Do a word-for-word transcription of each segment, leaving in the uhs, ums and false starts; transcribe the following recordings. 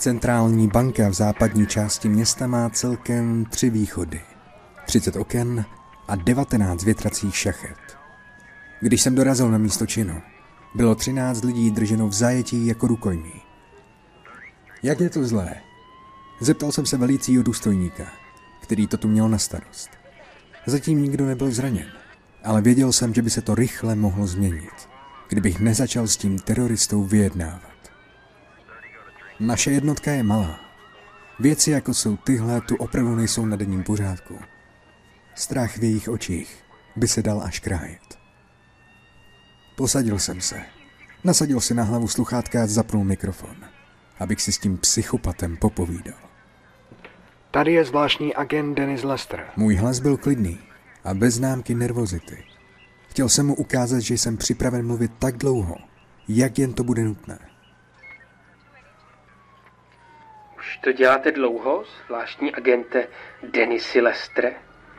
Centrální banka v západní části města má celkem tři východy, třicet oken a devatenáct větracích šachet. Když jsem dorazil na místo činu, bylo třináct lidí drženo v zajetí jako rukojmí. Jak je to zlé? Zeptal jsem se velícího důstojníka, který to tu měl na starost. Zatím nikdo nebyl zraněn, ale věděl jsem, že by se to rychle mohlo změnit, kdybych nezačal s tím teroristou vyjednávat. Naše jednotka je malá. Věci, jako jsou tyhle, tu opravdu nejsou na denním pořádku. Strach v jejich očích by se dal až krájet. Posadil jsem se. Nasadil si na hlavu sluchátka a zapnul mikrofon, abych si s tím psychopatem popovídal. Tady je zvláštní agent Dennis Lester. Můj hlas byl klidný a bez známky nervozity. Chtěl jsem mu ukázat, že jsem připraven mluvit tak dlouho, jak jen to bude nutné. Už to děláte dlouho, zvláštní agente Denisi Lestre?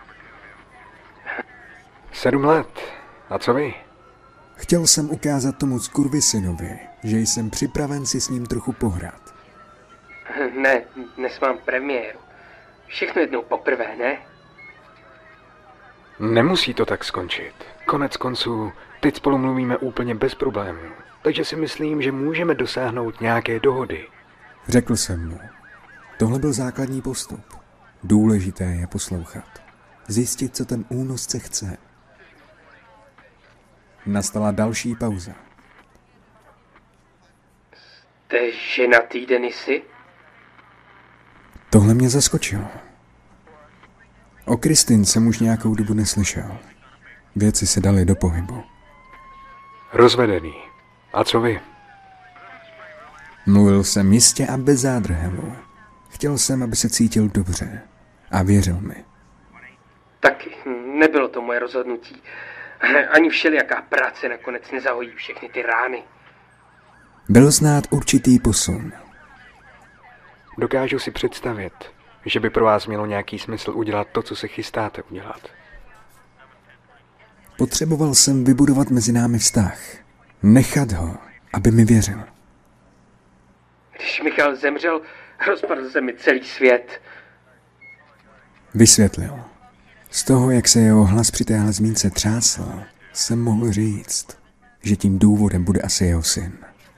Sedm let. A co vy? Chtěl jsem ukázat tomu skurvisynovi, že jsem připraven si s ním trochu pohrát. Ne, dnes mám premiéru. Všechno jednou poprvé, ne? Nemusí to tak skončit. Konec konců, teď spolu mluvíme úplně bez problémů. Takže si myslím, že můžeme dosáhnout nějaké dohody. Řekl jsem mu. Tohle byl základní postup. Důležité je poslouchat. Zjistit, co ten únosce chce. Nastala další pauza. Jste ženatý, Denisi? Tohle mě zaskočilo. O Kristin jsem už nějakou dobu neslyšel. Věci se daly do pohybu. Rozvedený. A co vy? Mluvil jsem jistě a bez zádrhelů. Chtěl jsem, aby se cítil dobře. A věřil mi. Taky nebylo to moje rozhodnutí. Ani všelijaká práce nakonec nezahojí všechny ty rány. Byl znát určitý posun. Dokážu si představit, že by pro vás mělo nějaký smysl udělat to, co se chystáte udělat. Potřeboval jsem vybudovat mezi námi vztah. Nechat ho, aby mi věřil. Když Michal zemřel, rozpadl se mi celý svět. Vysvětlil. Z toho, jak se jeho hlas při téhle zmínce třásl, jsem mohl říct, že tím důvodem bude asi jeho syn.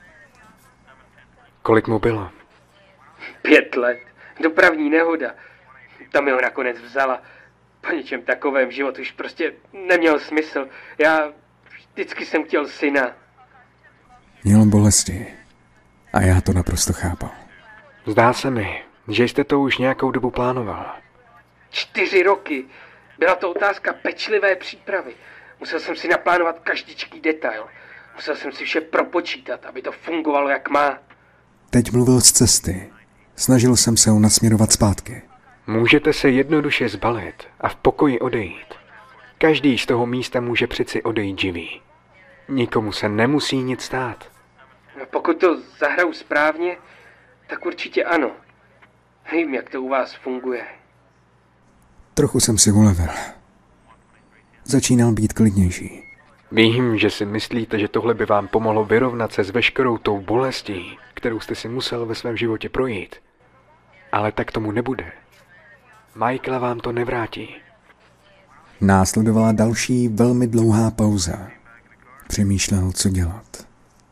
Kolik mu bylo? Pět let. Dopravní nehoda. Tam mi ho nakonec vzala. Po něčem takovém život už prostě neměl smysl. Já vždycky jsem chtěl syna. Měl bolesti. A já to naprosto chápal. Zdá se mi, že jste to už nějakou dobu plánoval. Čtyři roky. Byla to otázka pečlivé přípravy. Musel jsem si naplánovat každičký detail. Musel jsem si vše propočítat, aby to fungovalo jak má. Teď mluvil z cesty. Snažil jsem se ho nasměrovat zpátky. Můžete se jednoduše zbalit a v pokoji odejít. Každý z toho místa může přeci odejít živý. Nikomu se nemusí nic stát. Pokud to zahraju správně, tak určitě ano. Vím, jak to u vás funguje. Trochu jsem si ulevil. Začínal být klidnější. Vím, že si myslíte, že tohle by vám pomohlo vyrovnat se s veškerou tou bolestí, kterou jste si musel ve svém životě projít. Ale tak tomu nebude. Michaela vám to nevrátí. Následovala další velmi dlouhá pauza. Přemýšlel, co dělat.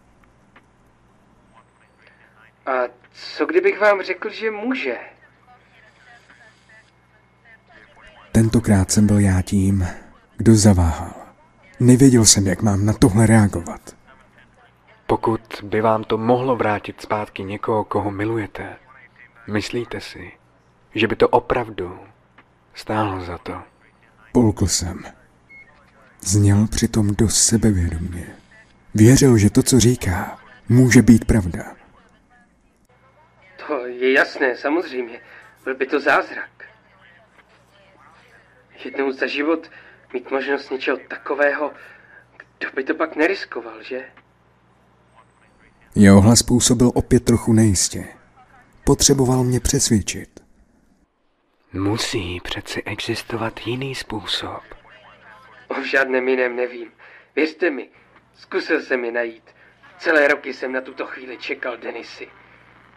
A co kdybych vám řekl, že může? Tentokrát jsem byl já tím, kdo zaváhal. Nevěděl jsem, jak mám na tohle reagovat. Pokud by vám to mohlo vrátit zpátky někoho, koho milujete, myslíte si, že by to opravdu stálo za to? Polkl jsem. Zněl přitom dost sebevědomě. Věřil, že to, co říká, může být pravda. To je jasné, samozřejmě. Byl by to zázrak. Jednou za život mít možnost něčeho takového, kdo by to pak neriskoval, že? Jeho hlas působil opět trochu nejistě. Potřeboval mě přesvědčit. Musí přeci existovat jiný způsob. O žádném jiném nevím. Věřte mi, zkusil jsem je najít. Celé roky jsem na tuto chvíli čekal, Denisi.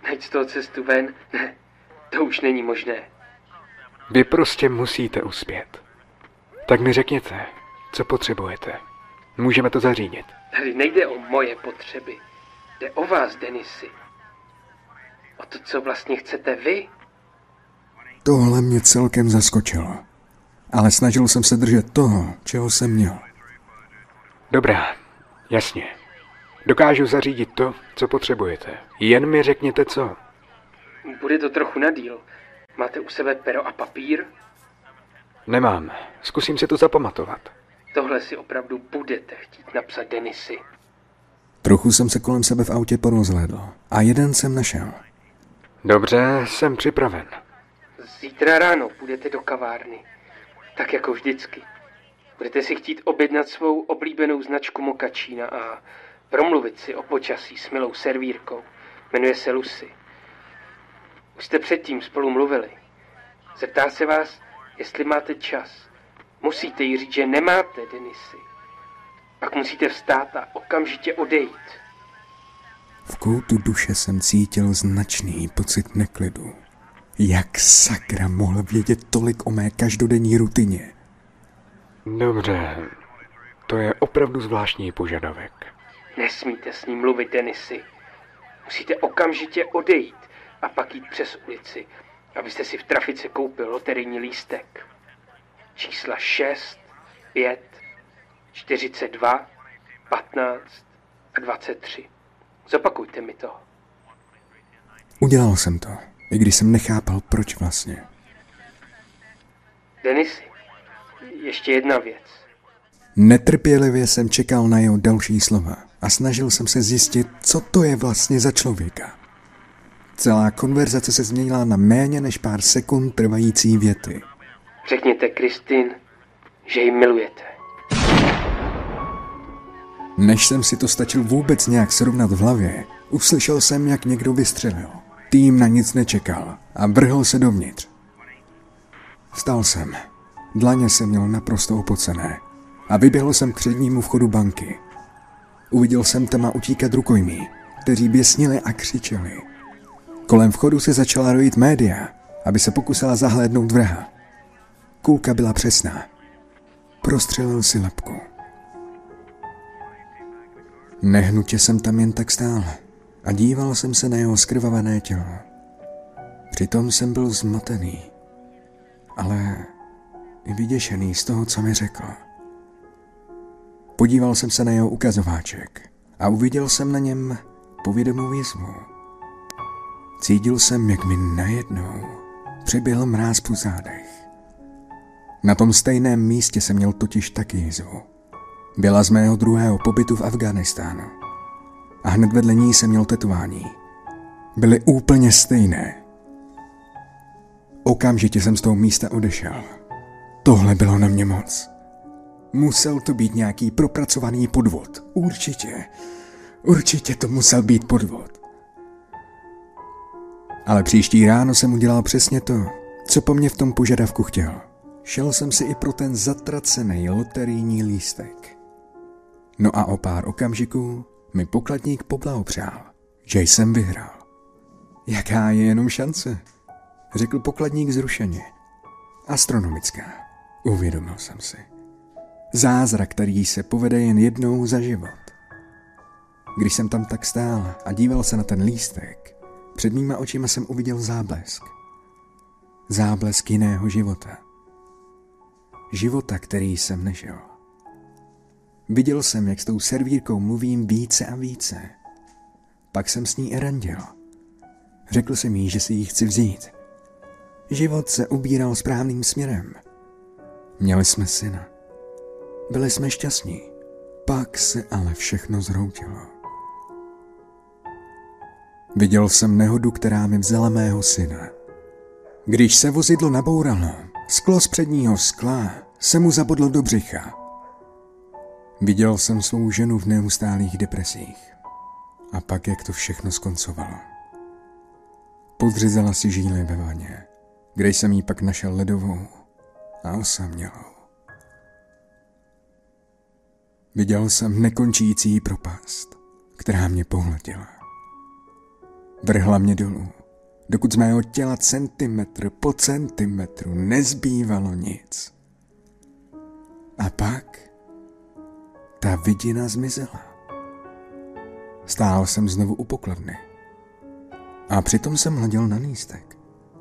najít z toho cestu ven? Ne, to už není možné. Vy prostě musíte uspět. Tak mi řekněte, co potřebujete. Můžeme to zařídit. Tady nejde o moje potřeby. Jde o vás, Denisy. O to, co vlastně chcete vy. Tohle mě celkem zaskočilo. Ale snažil jsem se držet toho, čeho jsem měl. Dobrá, jasně. Dokážu zařídit to, co potřebujete. Jen mi řekněte co. Bude to trochu na díl. Máte u sebe pero a papír? Nemám. Zkusím si to zapamatovat. Tohle si opravdu budete chtít napsat, Denisy. Trochu jsem se kolem sebe v autě porozhlédl a jeden jsem našel. Dobře, jsem připraven. Zítra ráno půjdete do kavárny. Tak jako vždycky. Budete si chtít objednat svou oblíbenou značku mokačína a promluvit si o počasí s milou servírkou. Jmenuje se Lucy. Už jste předtím spolu mluvili. Zeptá se vás, jestli máte čas. Musíte jí říct, že nemáte, Denisy. Pak musíte vstát a okamžitě odejít. V koutu duše jsem cítil značný pocit neklidu. Jak sakra mohl vědět tolik o mé každodenní rutině? Dobře, to je opravdu zvláštní požadavek. Nesmíte s ním mluvit, Denisy. Musíte okamžitě odejít a pak jít přes ulici, abyste si v trafice koupil loterijní lístek. Čísla šest, pět, čtyřicet dva, patnáct a dvacet tři. Zopakujte mi to. Udělal jsem to, i když jsem nechápal, proč vlastně. Denisy, ještě jedna věc. Netrpělivě jsem čekal na jeho další slova a snažil jsem se zjistit, co to je vlastně za člověka. Celá konverzace se změnila na méně než pár sekund trvající věty. Řekněte Kristin, že ji milujete. Než jsem si to stačil vůbec nějak srovnat v hlavě, uslyšel jsem, jak někdo vystřelil. Tým na nic nečekal a vrhl se dovnitř. Vstal jsem. Dlaně jsem měl naprosto opocené a vyběhl jsem k přednímu vchodu banky. Uviděl jsem Tama utíkat rukojmí, kteří běsnili a křičeli. Kolem vchodu se začala rojit média, aby se pokusila zahlédnout vraha. Kulka byla přesná. Prostřelil si lebku. Nehnutě jsem tam jen tak stál a díval jsem se na jeho skrvavané tělo. Přitom jsem byl zmatený, ale i vyděšený z toho, co mi řekl. Podíval jsem se na jeho ukazováček a uviděl jsem na něm povědomou výzvu. Cítil jsem, jak mi najednou přiběhl mráz po zádech. Na tom stejném místě jsem měl totiž taky jizvu. Byla z mého druhého pobytu v Afghánistánu. A hned vedle ní jsem měl tetování. Byly úplně stejné. Okamžitě jsem z toho místa odešel. Tohle bylo na mě moc. Musel to být nějaký propracovaný podvod. Určitě. Určitě to musel být podvod. Ale příští ráno jsem udělal přesně to, co po mně v tom požadavku chtěl. Šel jsem si i pro ten zatracený loterijní lístek. No a o pár okamžiků mi pokladník poblahopřál, že jsem vyhrál. Jaká je jenom šance? Řekl pokladník zrušeně. Astronomická, uvědomil jsem si. Zázrak, který se povede jen jednou za život. Když jsem tam tak stál a díval se na ten lístek, před mýma očima jsem uviděl záblesk. Záblesk jiného života. Života, který jsem nežil. Viděl jsem, jak s tou servírkou mluvím více a více. Pak jsem s ní i randil. Řekl jsem jí, že si ji chci vzít. Život se ubíral správným směrem. Měli jsme syna. Byli jsme šťastní. Pak se ale všechno zhroutilo. Viděl jsem nehodu, která mi vzala mého syna. Když se vozidlo nabouralo, sklo z předního skla se mu zabodlo do břicha. Viděl jsem svou ženu v neustálých depresích. A pak, jak to všechno skoncovalo. Podřezala si žíly ve vaně, kde jsem jí pak našel ledovou a osamělou. Viděl jsem nekončící propast, která mě pohletěla. Vrhla mě dolů, dokud z mého těla centimetr po centimetru nezbývalo nic. A pak ta vidina zmizela. Stál jsem znovu u pokladny. A přitom jsem hleděl na lístek.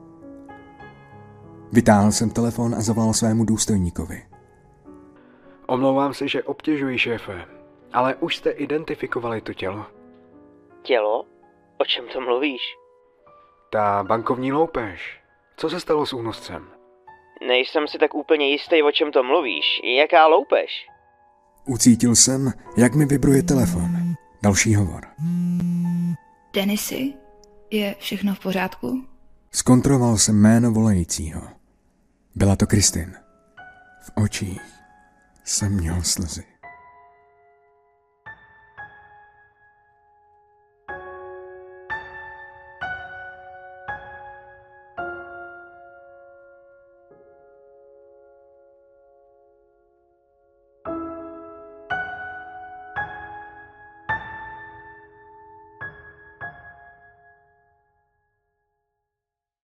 Vytáhl jsem telefon a zavolal svému důstojníkovi. Omlouvám se, že obtěžuji, šéfe, ale už jste identifikovali to tělo. Tělo? O čem to mluvíš? Ta bankovní loupež. Co se stalo s únoscem? Nejsem si tak úplně jistý, o čem to mluvíš. Jaká loupež? Ucítil jsem, jak mi vibruje telefon. Další hovor. Denisy, je všechno v pořádku? Zkontroloval jsem jméno volajícího. Byla to Kristin. V očích jsem měl slzy.